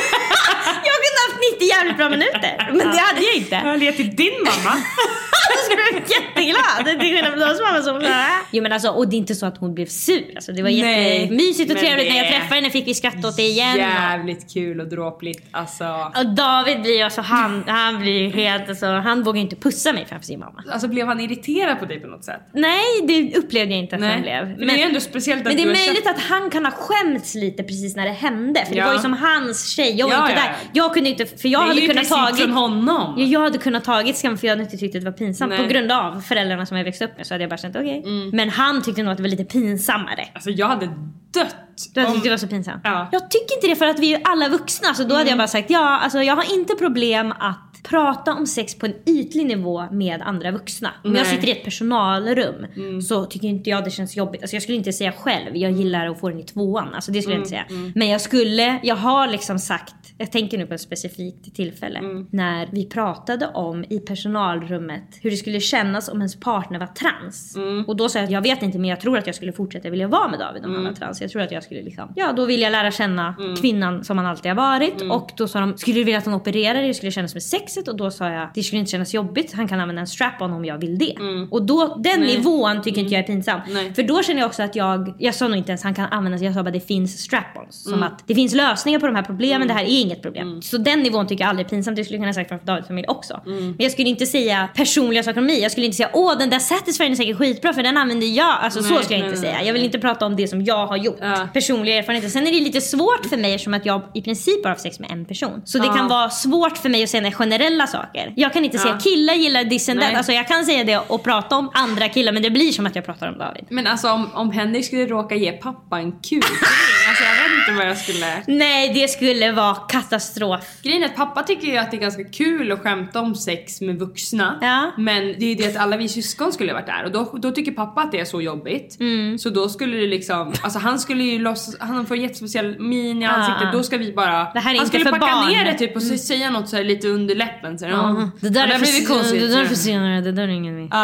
Jag kunde haft 90 jävligt bra minuter. Men det hade jag inte. Jag hade gett till din mamma. Då skulle jag bli jätteglad. Det är skillnad från mamma som jo men alltså, och det är inte så att hon blev sur. Alltså, det var jättemysigt och trevligt. När jag träffade henne fick vi skratta åt det igen. Jävligt kul och dråpligt. Alltså. Och David blir alltså, han blir helt alltså, han vågar inte pussa mig framför sin mamma. Alltså blev han irriterad på dig på något sätt? Nej, det upplevde jag inte att han blev. Men det är ändå speciellt att men det är möjligt att han kan ha skämts lite precis när det hände. För det var ju som hans tjej. Jag var inte där. Jag kunde inte, för jag hade kunnat tagit från honom. Jag hade kunnat tagit skam för jag hade inte tyckt att det var pinsamt. På grund av föräldrarna som jag växte upp med så hade jag bara känt okej. Men han tyckte nog att det var lite pinsammare. Alltså jag hade dött. Du hade tyckt det var så pinsamt. Ja. Jag tycker inte det, för att vi är alla vuxna. Så då hade jag bara sagt alltså jag har inte problem att prata om sex på en ytlig nivå med andra vuxna. Om jag sitter i ett personalrum så tycker inte jag det känns jobbigt. Alltså jag skulle inte säga själv, jag gillar att få den i 2:an. Alltså det skulle jag inte säga. Men jag har liksom sagt, jag tänker nu på ett specifikt tillfälle när vi pratade om i personalrummet hur det skulle kännas om ens partner var trans. Och då sa jag att jag vet inte, men jag tror att jag skulle fortsätta vilja vara med David om han var trans. Jag tror att jag skulle liksom, då vill jag lära känna kvinnan som han alltid har varit. Och då sa de, skulle du vilja att hon opererar det skulle kännas som sex? sexet och då sa jag det skulle inte kännas jobbigt, han kan använda en strap-on om jag vill det. Och då, den nivån tycker inte jag är pinsam. För då känner jag också att jag sa nog inte ens han kan använda, jag sa bara det finns strap-ons. Som att det finns lösningar på de här problemen, det här är inget problem. Så den nivån tycker jag aldrig är pinsamt, det skulle jag kunna säga för Davids familj också. Men jag skulle inte säga personliga saker om mig, jag skulle inte säga den där Satisfyer är säkert skitbra för den använder jag. Alltså så skulle jag inte säga. Jag vill inte prata om det som jag har gjort. Personliga erfarenheter. Sen är det lite svårt för mig eftersom att jag i princip bara har sex med en person. Så det kan vara svårt för mig att säga generella saker. Jag kan inte säga killar gillar this and that. Alltså jag kan säga det och prata om andra killar, men det blir som att jag pratar om David. Men alltså om Henrik skulle råka ge pappa en kul alltså jag vet inte vad jag skulle... Nej, det skulle vara katastrof. Grejen är att pappa tycker ju att det är ganska kul att skämta om sex med vuxna. Men det är det att alla vi syskon skulle varit där. Och då tycker pappa att det är så jobbigt. Så då skulle det liksom... Alltså han skulle ju han får jättespeciell min i ansiktet. Då ska vi bara... Det här är han inte skulle för packa barn. ner det typ och lite något så här lite under läppen. Så här, Det där är blir konstigt. Det där är för senare, det där är ingen med.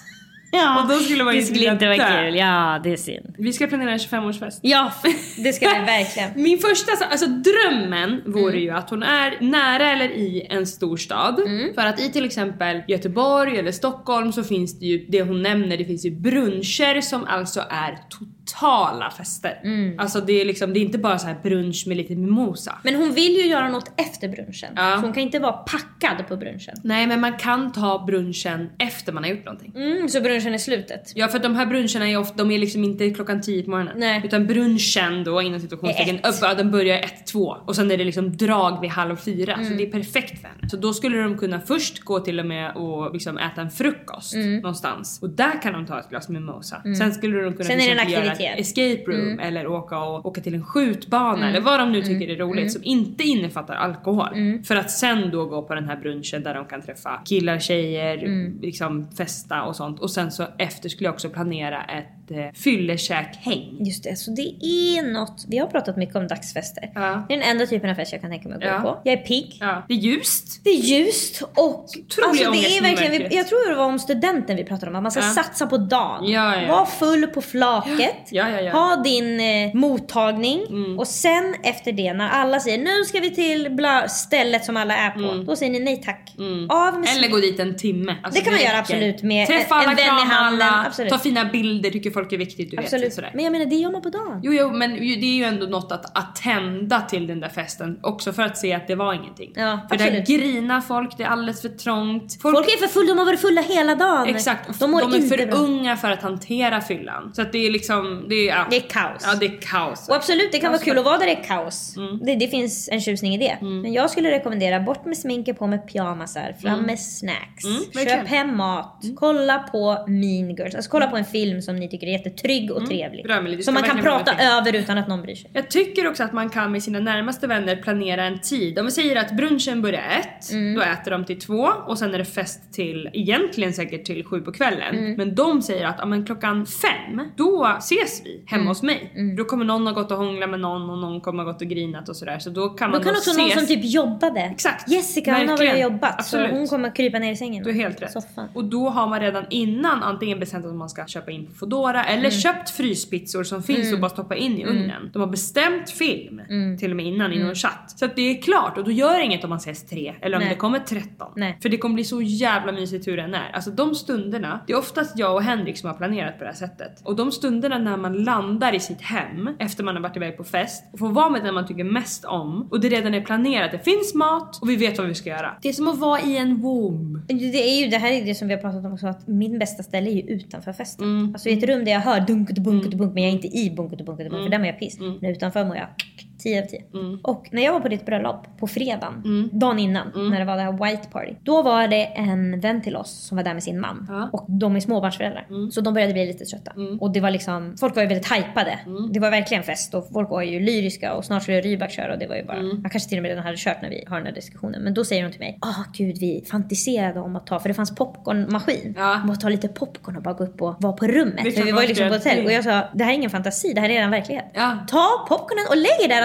Och då skulle man det skulle inte vara kul. Ja, det är synd. Vi ska planera en 25-årsfest. Ja, det ska vi verkligen. Min första, alltså drömmen vore ju att hon är nära eller i en stor stad. För att i till exempel Göteborg eller Stockholm så finns det ju det hon nämner, det finns ju bruncher som alltså är totala fester. Alltså det är liksom, det är inte bara så här brunch med lite mimosa. Men hon vill ju göra något efter brunchen. Så hon kan inte vara packad på brunchen. Nej, men man kan ta brunchen efter man har gjort någonting. Så brunchen är slutet. Ja, för att de här bruncherna är ofta, de är liksom inte klockan 10 på morgonen. Nej. Utan brunchen då inom situationstecken den börjar 1-2 och sen är det liksom drag vid 3:30. Så det är perfekt för henne. Så då skulle de kunna först gå till och med och liksom äta en frukost någonstans. Och där kan de ta ett glas mimosa. Sen skulle de kunna göra escape room eller åka till en skjutbana eller vad de nu tycker är roligt som inte innefattar alkohol. För att sen då gå på den här brunchen där de kan träffa killar, tjejer, liksom festa och sånt. Och sen så efter skulle jag också planera ett fyllekäk-häng. Just det, så det är något. Vi har pratat mycket om dagsfester. Det är den enda typen av fest jag kan tänka mig att gå på. Jag är pigg. Det är ljust. Det är ljust och alltså, det är verkligen, jag tror det var om studenten vi pratade om att man ska satsa på dagen. Var full på flaket. Ha din mottagning och sen efter det när alla säger nu ska vi till stället som alla är på, då säger ni nej tack. Eller gå dit en timme. Alltså, det kan man göra absolut med träffa alla, en vän i handen. Ta fina bilder, tycker folk är viktigt, du vet sådär. Men jag menar det gör man på dagen. Jo, men det är ju ändå något att tända till den där festen också för att se att det var ingenting. För där grinar folk, det är alldeles för trångt. Folk är för fulla, de har varit fulla hela dagen. Exakt, de är för unga för att hantera fyllan. Så att det är liksom det är kaos. Ja, det är kaos. Och absolut, det kan vara kul att vara där det är kaos. Det finns en tjusning i det. Men jag skulle rekommendera bort med sminket, på med pyjamasar, fram med snacks. Köp hem mat. Kolla på Mean Girls. Alltså kolla på en film som ni tycker är jättetrygg och trevlig. Som man kan prata över utan att någon bryr sig. Jag tycker också att man kan med sina närmaste vänner planera en tid. Om vi säger att brunchen börjar 1, då äter de till 2 och sen är det fest till egentligen säkert till 7 på kvällen. Men de säger att men klockan 5 då ses vi hemma hos mig. Då kommer någon ha gått och hångla med någon och någon kommer ha gått och grinat och sådär. Så då kan man då kan också ses. Någon som typ jobbade. Exakt. Jessica, hon har väl jobbat. Absolut. Så hon kommer krypa ner i sängen. Du är helt rätt. Soffan. Och då har man redan innan antingen bestämt att man ska köpa in på Foodora eller köpt fryspizzor som finns och bara stoppa in i ugnen. De har bestämt film till och med innan i någon chatt. Så att det är klart, och då gör inget om man ses 3 eller om det kommer 13. För det kommer bli så jävla mysigt hur den är. Alltså de stunderna, det är oftast jag och Henrik som har planerat på det här sättet. Och de stunderna när man landar i sitt hem efter man har varit iväg på fest och får vara med den man tycker mest om och det redan är planerat, det finns mat och vi vet vad vi ska göra. Det är som att vara i en womb. Det här är det som vi har pratat om också, att min bästa ställe är ju utanför festen. Alltså i ett rum där jag hör dunket och bunket och bunk, men jag är inte i bunket och bunket och bunk, för där mår jag piss. Men utanför mår jag 10 av 10. Och när jag var på ditt bröllop på fredagen, dagen innan, när det var det här white party, då var det en vän till oss som var där med sin man. Och de är småbarnsföräldrar. Så de började bli lite trötta. Och det var liksom, folk var ju väldigt hypade. Det var verkligen fest och folk var ju lyriska och snart skulle Rybak köra och det var ju bara, jag kanske till och med redan hade kört när vi har den här diskussionen. Men då säger hon till mig, gud, vi fantiserade om att ta, för det fanns popcornmaskin. Om att ta lite popcorn och bara gå upp och vara på rummet. För vi var ju liksom på hotell. Och jag sa, det här är ingen fantasi, det här är redan verklighet. Ta popcornen och lägg er där.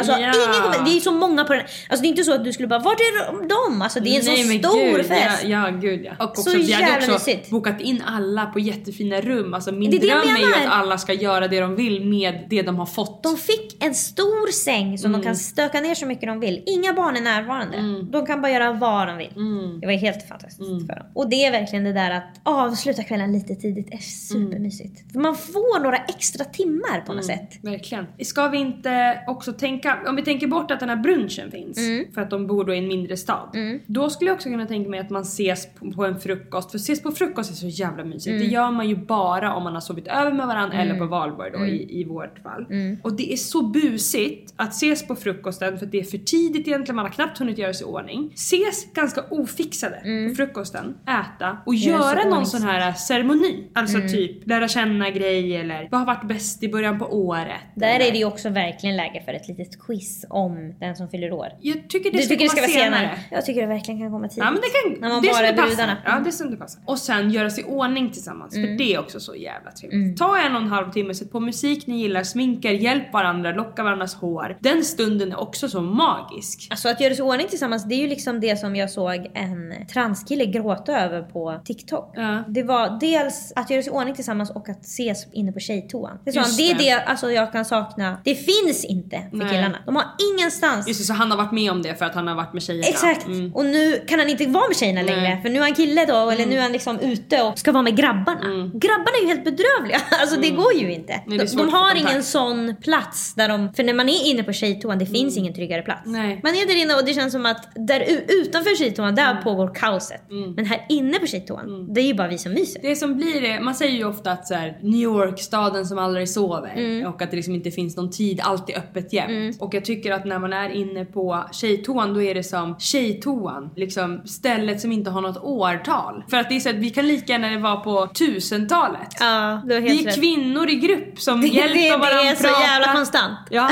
Alltså ingen kommer, det är så många på den. Alltså det är inte så att du skulle bara, vart är de? Alltså det är en så stor fest. Ja, gud ja. Och också, så vi hade också mysigt. bokat in alla på jättefina rum. Alltså min dröm är ju att alla ska göra det de vill med det de har fått. De fick en stor säng som de kan stöka ner så mycket de vill. Inga barn är närvarande. De kan bara göra vad de vill. Det var helt fantastiskt för dem. Och det är verkligen det där att avsluta kvällen lite tidigt är supermysigt. För man får några extra timmar på något sätt. Verkligen. Ska vi inte också tänka, om vi tänker bort att den här brunchen finns, för att de bor då i en mindre stad. Då skulle jag också kunna tänka mig att man ses på en frukost. För ses på frukost är så jävla mysigt. Det gör man ju bara om man har sovit över med varandra eller på valborg då i vårt fall. Och det är så busigt att ses på frukosten för att det är för tidigt egentligen. Man har knappt hunnit göra sig i ordning. Ses ganska ofixade på frukosten. Äta och göra någon sån här ceremoni. Alltså typ lära känna grej eller vad har varit bäst i början på året. Där är det ju också verkligen läge för ett litet quiz om den som fyller år. Jag tycker det ska vara senare. Jag tycker det verkligen kan komma tidigt. Ja, men det kan, när man det bara är brudarna. brudarna. Ja, det är som det passar. Och sen göra sig i ordning tillsammans. För det är också så jävla trevligt. Ta 1,5 timme, sätt på musik ni gillar, sminker, hjälp varandra, locka varandras hår. Den stunden är också så magisk. Alltså att göra sig i ordning tillsammans, det är ju liksom det som jag såg en transkille gråta över på TikTok. Ja. Det var dels att göra sig i ordning tillsammans och att ses inne på tjejtoan. Det är det alltså jag kan sakna. Det finns inte för killarna. De har ingenstans. Just det, så han har varit med om det för att han har varit med tjejerna. Exakt. Och nu kan han inte vara med tjejerna längre. För nu är han kille då. Eller nu är han liksom ute och ska vara med grabbarna. Grabbarna är ju helt bedrövliga. Alltså det går ju inte. De har ingen sån plats där de... För när man är inne på tjejtoan, det finns ingen tryggare plats. Nej. Man är där inne och det känns som att där utanför tjejtoan, där pågår kaoset. Men här inne på tjejtoan, det är ju bara vi som myser. Det som blir det, man säger ju ofta att så här, New York, staden som aldrig sover. Och att det liksom inte finns någon tid, alltid öppet jämt. Och jag tycker att när man är inne på tjejtoan, då är det som tjejtoan, liksom stället som inte har något årtal. För att det är så att vi kan lika gärna vara på 1000-talet. Ja, du har helt vi är rätt. Kvinnor i grupp som hjälper varandra. Det är så jävla konstant. Ja.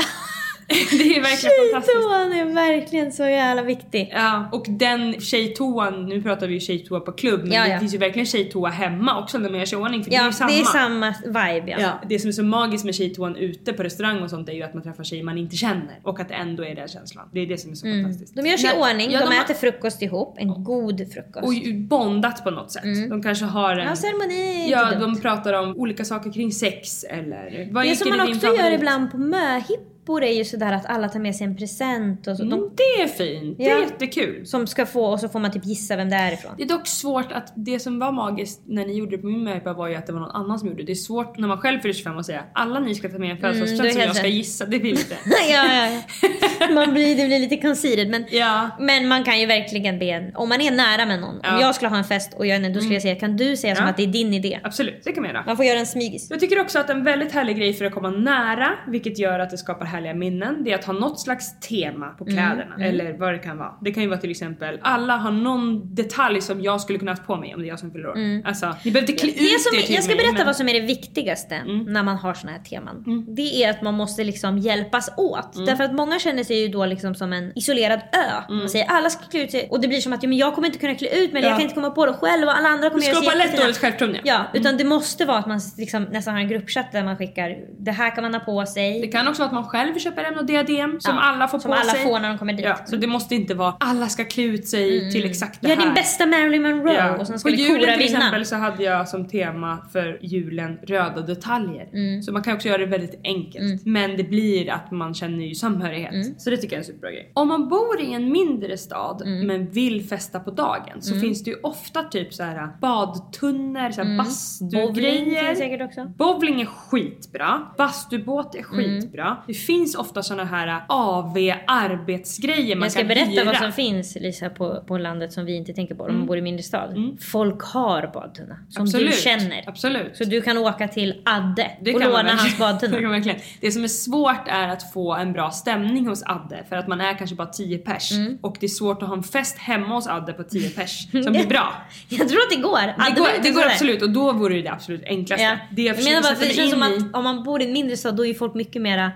Det är verkligen fantastiskt. Tjejtoan är verkligen så jävla viktig. Ja, och den tjejtoan, nu pratar vi ju tjejtoa på klubb, men det finns ju verkligen tjejtoa hemma också när man gör sig ordning, för det är ju samma. Det är samma vibe, ja. Det som är så magiskt med tjejtoan ute på restaurang och sånt är ju att man träffar tjejer man inte känner och att det ändå är den känslan. Det är det som är så fantastiskt. De gör sig i ordning, de äter frukost ihop, en god frukost. Och bondat på något sätt. De kanske har en ceremoni. Ja, de pratar om olika saker kring sex eller vad det som man också gör ibland på möhippor är ju sådär att alla tar med sig en present och så. Det är fint, det är jättekul. Som ska få, och så får man typ gissa vem det är ifrån. Det är dock svårt att det som var magiskt när ni gjorde det på min möhippa var ju att det var någon annan som gjorde det. Det är svårt när man själv fyller 25 och säga alla ni ska ta med en födelsedagspresent som jag ska gissa. Det blir lite ja. Det blir lite conceited, men man kan ju verkligen be om man är nära med någon. Om jag skulle ha en fest och då skulle jag säga, kan du säga som att det är din idé? Absolut, det kan man göra. Man får göra en smygis. Jag tycker också att en väldigt härlig grej för att komma nära, vilket gör att det skapar härliga minnen, det är att ha något slags tema på kläderna eller vad det kan vara. Det kan ju vara till exempel alla har någon detalj som jag skulle kunna ha på mig om det är jag som fyller år. Alltså, ni behöver inte klä ut det till jag ska mig, berätta vad som är det viktigaste när man har såna här teman. Det är att man måste liksom hjälpas åt. Därför att många känner sig ju då liksom som en isolerad ö. Man säger alla ska klä ut sig och det blir som att men jag kommer inte kunna klä ut mig, jag kan inte komma på det själv och alla andra kommer göra sig. Skapa lätt dåligt självförtroende. Ja, utan det måste vara att man liksom nästan har en gruppchatt där man skickar det här kan man ha på sig. Det kan också vara att man själv köper en diadem som alla får på sig. Som alla får när de kommer dit. Ja, så det måste inte vara alla ska klä ut sig till exakt det här. Ja, din bästa Marilyn Monroe och sen ska på vi julen kora till vinnaren. exempel så hade jag som tema för julen röda detaljer. Så man kan också göra det väldigt enkelt. Men det blir att man känner ju samhörighet. Så det tycker jag är en superbra grej. Om man bor i en mindre stad men vill festa på dagen så finns det ju ofta typ så här badtunnor, så här bastugrejer. Bowling säkert också. Bowling är skitbra. Bastubåt är skitbra. Det finns ofta såna här AV-arbetsgrejer man kan hyra. Jag ska berätta vad som finns, Lisa, på landet som vi inte tänker på om man bor i mindre stad. Folk har badtunna som du känner. Absolut. Så du kan åka till Adde och låna hans badtunna. Det kan verkligen. Det som är svårt är att få en bra stämning hos Adde för att man är kanske bara 10 pers. Och det är svårt att ha en fest hemma hos Adde på 10 pers som blir bra. Jag tror att det går. Det går absolut, och då vore det absolut enklaste. Ja. Det jag menar bara, det känns som att om man bor i en mindre stad då är folk mycket mera, alltså vi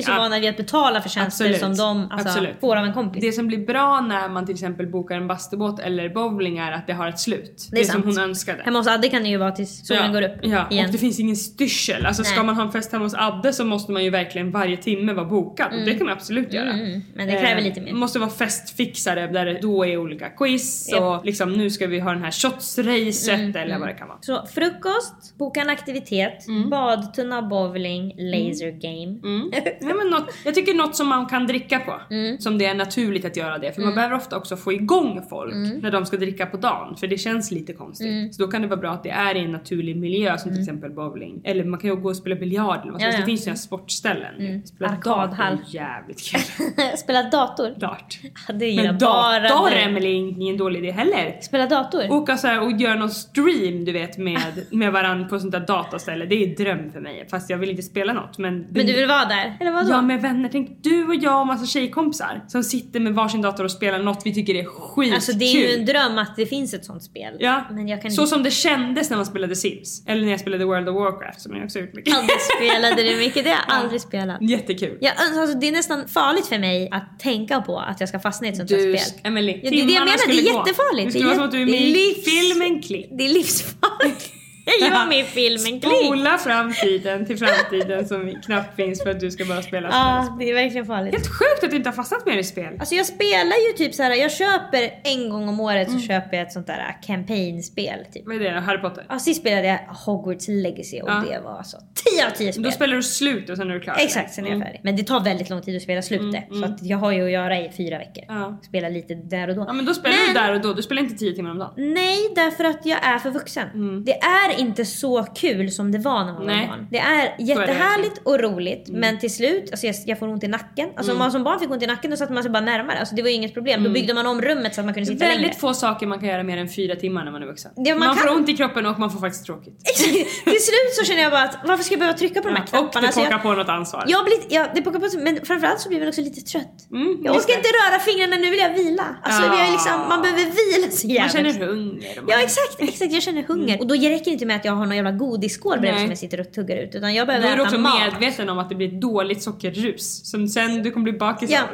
så vana vid att betala för tjänster som de får av en kompis. Det som blir bra när man till exempel bokar en bastubåt eller bowling är att det har ett slut. Det som hon önskade. Hemma hos Adde kan det ju vara tills solen går upp igen. Och det finns ingen styrsel. Alltså ska man ha en fest hemma hos Adde så måste man ju verkligen varje timme vara bokad. Och det kan man absolut göra. Men det kräver lite mer. Måste vara festfixare där det då är olika quiz och liksom nu ska vi ha den här shotsracet eller vad det kan vara. Så frukost, boka en aktivitet, badtunna, bowling, laser game. Ja, men jag tycker något som man kan dricka på. Som det är naturligt att göra det. För man behöver ofta också få igång folk när de ska dricka på dagen. För det känns lite konstigt. Så då kan det vara bra att det är i en naturlig miljö som till exempel bowling. Eller man kan ju gå och spela biljard eller vad det finns ju sportställen. Arkadhall. Jävligt kul. Spela dator. Dart. Det gillar men dator är väl ingen dålig idé heller. Spela dator. Åka så här och göra någon stream du vet med varandra på sånt där dataställe. Det är dröm för mig. Fast jag vill inte spela något. Men du vill vara där? Eller vadå? Ja, med vänner. Tänk du och jag och massa tjejkompisar som sitter med varsin dator och spelar något vi tycker är skitkul. Alltså det är ju en dröm att det finns ett sånt spel. Ja, men jag kan så som det kändes när man spelade Sims. Eller när jag spelade World of Warcraft som jag också gjort mycket. Aldrig spelade det mycket, det har jag aldrig spelat. Jättekul. Alltså, det är nästan farligt för mig att tänka på att jag ska fastna i ett sånt här spel. Emelie, det är det jag menar, det är jättefarligt. Det skulle vara som att du är med i filmen Klick. Det är livsfarligt. Jag var med i filmen Klick. Spola framtiden till framtiden som knappt finns för att du ska bara spela spel. Ja, det är verkligen farligt. Helt sjukt att du inte har fastnat mer i spel. Alltså jag spelar ju typ så här, jag köper en gång om året så köper jag ett sånt där campaign-spel typ. Vad är det då? Harry Potter? Ja, sist spelade jag Hogwarts Legacy och det var alltså 10 av 10 spel. Då spelar du slut och sen är du klar. Exakt, sen är jag färdig. Men det tar väldigt lång tid att spela slutet. Så att jag har ju att göra i 4 veckor. Spela lite där och då. Ja, men då spelar du där och då. Du spelar inte 10 timmar om dagen. Nej, därför att jag är för vuxen. Det är inte så kul som det var när man var barn. Det är jättehärligt och roligt. Men till slut, alltså jag får ont i nacken. Alltså om man som barn fick ont i nacken, då satt man sig bara närmare. Alltså det var ju inget problem. Då byggde man om rummet så att man kunde sitta längre. Väldigt få saker man kan göra mer än 4 timmar när man är vuxen. Ja, man får ont i kroppen och man får faktiskt tråkigt. Till slut så känner jag bara att varför ska jag behöva trycka på de här knapparna? Och det pockar på något ansvar. Det pockar på, men framförallt så blir jag också lite trött. Jag orkar inte röra fingrarna, nu vill jag vila. Alltså man behöver vila så jävligt. Man känner hunger. Ja, exakt, jag känner hunger. Och då räcker det inte med att jag har någon jävla godisskål bredvid som jag sitter och tuggar ut, utan jag behöver äta mat. Du är också medveten om att det blir ett dåligt sockerrus som sen du kommer bli bakis av.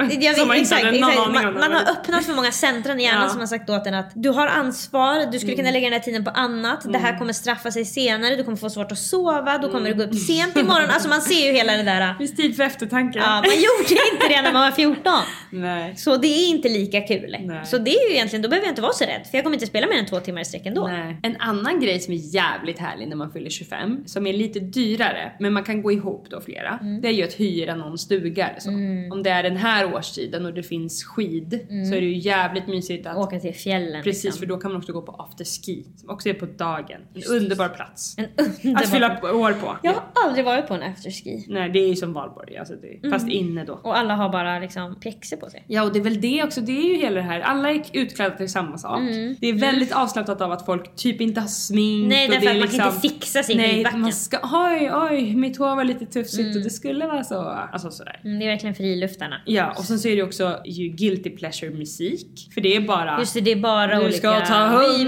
Man har öppnat för många centran i hjärnan som har sagt åt en att du har ansvar, du skulle kunna lägga den här tiden på annat, det här kommer straffa sig senare, du kommer få svårt att sova, då kommer du gå upp sent imorgon. Alltså man ser ju hela det där. Det är tid för eftertanke. Ja, man gjorde inte det när man var 14. Nej. Så det är inte lika kul. Nej. Så det är ju egentligen, då behöver jag inte vara så rädd, för jag kommer inte spela mer än 2 timmar i sträck ändå. Nej. En annan grej som är jävligt härlig när man fyller 25, som är lite dyrare, men man kan gå ihop då flera, det är ju att hyra någon stuga eller så. Om det är den här årstiden och det finns skid så är det ju jävligt mysigt att åka till fjällen. Precis, liksom. För då kan man också gå på afterski som också är på dagen. En underbar plats. Att fylla år på. Jag har aldrig varit på en afterski. Nej, det är ju som Valborg, alltså fast inne då. Och alla har bara liksom pjäxor på sig. Ja, och det är väl det också, det är ju hela det här. Alla är utklädda till samma sak. Det är väldigt avslappnat av att folk typ inte har smink. Nej, därför att man liksom, kan inte fixa sig i backen. Man ska, oj, mitt hår var lite tufsigt och det skulle vara så. Alltså sådär. Det är verkligen friluftarna. Ja, och sen så är det också ju guilty pleasure musik. För det är bara... Just det är bara olika... Du ska ta hunden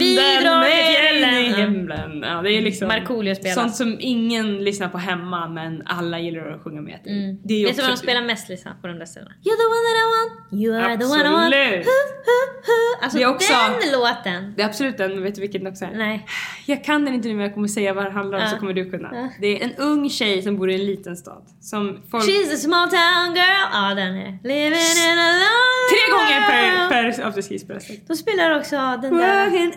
med in i himlen. Ja, det är liksom... Markoolio spelas. Sånt som ingen lyssnar på hemma, men alla gillar att sjunga med till. Det är vet också... du vad de spelar mest liksom, på de där ställena? You're the one that I want. You are the one I want. Alltså det är också... den låten. Det är absolut den, vet du vilken den också är? Nej. Jag kan den inte nu, men jag kommer säga vad det handlar om så kommer du kunna. Det är en ung tjej som bor i en liten stad. Som folk... She's a small town girl. Ja, den är. Living in a long 3 gånger per afterski spelas. De spelar också den där. Walking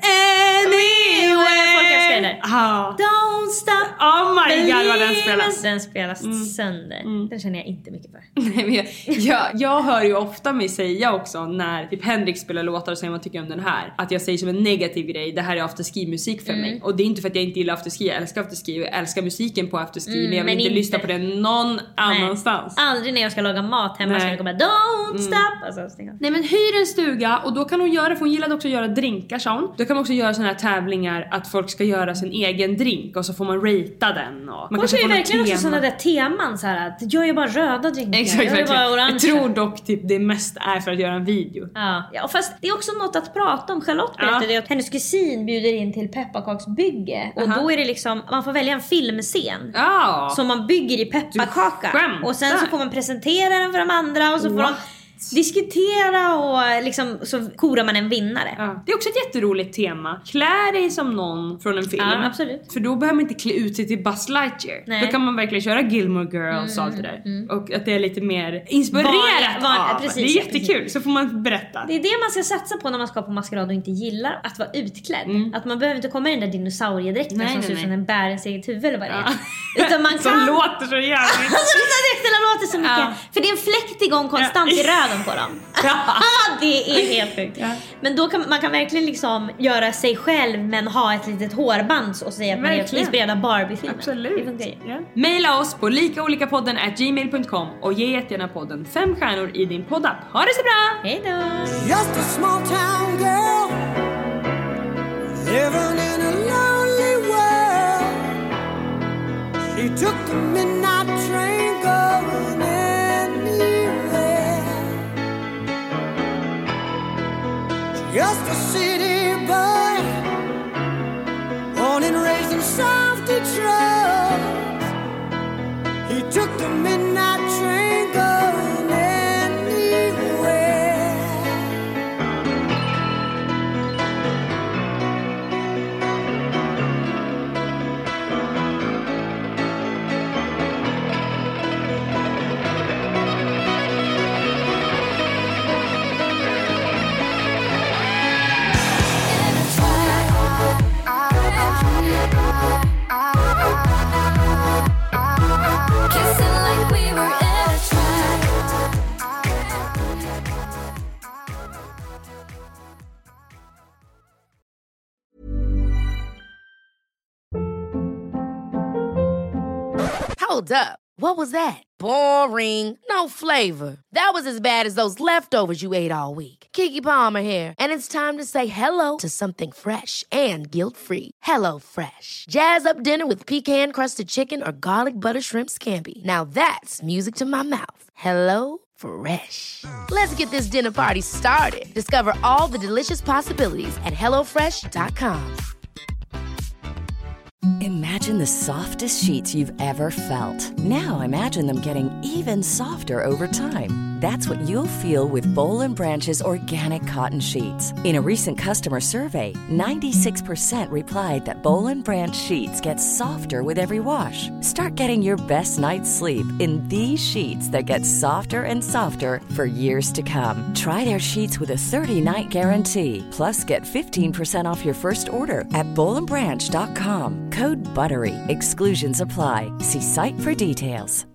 anywhere. Folk älskar den där. Don't stop. Oh my god, vad den spelas. Den spelas sönder. Den känner jag inte mycket för. Nej, men jag hör ju ofta mig säga också när typ Henrik spelar låtar och säger vad tycker om den här, att jag säger som en negativ grej, det här är afterski-musik för mig. Och det är inte för att jag inte gillar afterski, jag älskar afterski och jag älskar musiken på afterski, men jag vill inte lyssna på den någon annanstans. Aldrig när jag ska laga mat hemma ska jag gå bara don't stop. Alltså, nej, men hyr en stuga och då kan hon göra, för hon gillade också att göra drinkar, sa hon. Då kan man också göra såna här tävlingar att folk ska göra sin egen drink och så får man rata rita den. Och man så är det verkligen också tema. sådana där teman så här att jag gör bara röda drinkar. Exakt, jag bara orange. Jag tror dock typ det mest är för att göra en video. Ja, fast det är också något att prata om. Charlotte berättade att hennes kusin bjuder in till pepparkaksbygge. Och då är det liksom, man får välja en filmscen som man bygger i pepparkaka. Och sen så får man presentera den för de andra och så får de diskutera och liksom så korar man en vinnare. Det är också ett jätteroligt tema. Klä dig som någon från en film. Ja, absolut. För då behöver man inte klä ut sig till Buzz Lightyear. Nej. Då kan man verkligen köra Gilmore Girls och allt det där. Och att det är lite mer inspirerat av. Precis, det är jättekul, så får man berätta. Det är det man ska satsa på när man ska på maskerad och inte gillar att vara utklädd. Att man behöver inte komma i den där dinosauriedräkten som ser ut som en bärens eget huvud eller vad det är. Utan man kan... Som låter så jävligt. Alltså den där dräkterna låter så mycket. För det är en fläkt igång konstant i röven på dem. Det är helt sjukt. Men då kan man verkligen liksom göra sig själv men ha ett litet hårband och säga att man är inspirerad av Barbie-filmen. Absolut. Det funkar ju. Maila oss på likaolikapodden@gmail.com och ge jättegärna podden 5 stjärnor i din poddapp. Ha det så bra! Hej då! Just a small town girl living in a lonely world. She took the midnight train going anywhere. Just a city boy, born and raised in South Detroit. He took the midnight train going anywhere. Hold up. What was that? Boring. No flavor. That was as bad as those leftovers you ate all week. Keke Palmer here, and it's time to say hello to something fresh and guilt-free. Hello Fresh. Jazz up dinner with pecan-crusted chicken or garlic butter shrimp scampi. Now that's music to my mouth. Hello Fresh. Let's get this dinner party started. Discover all the delicious possibilities at hellofresh.com. Imagine the softest sheets you've ever felt. Now imagine them getting even softer over time. That's what you'll feel with Boll & Branch's organic cotton sheets. In a recent customer survey, 96% replied that Boll & Branch sheets get softer with every wash. Start getting your best night's sleep in these sheets that get softer and softer for years to come. Try their sheets with a 30-night guarantee. Plus, get 15% off your first order at bollandbranch.com. Code BUTTERY. Exclusions apply. See site for details.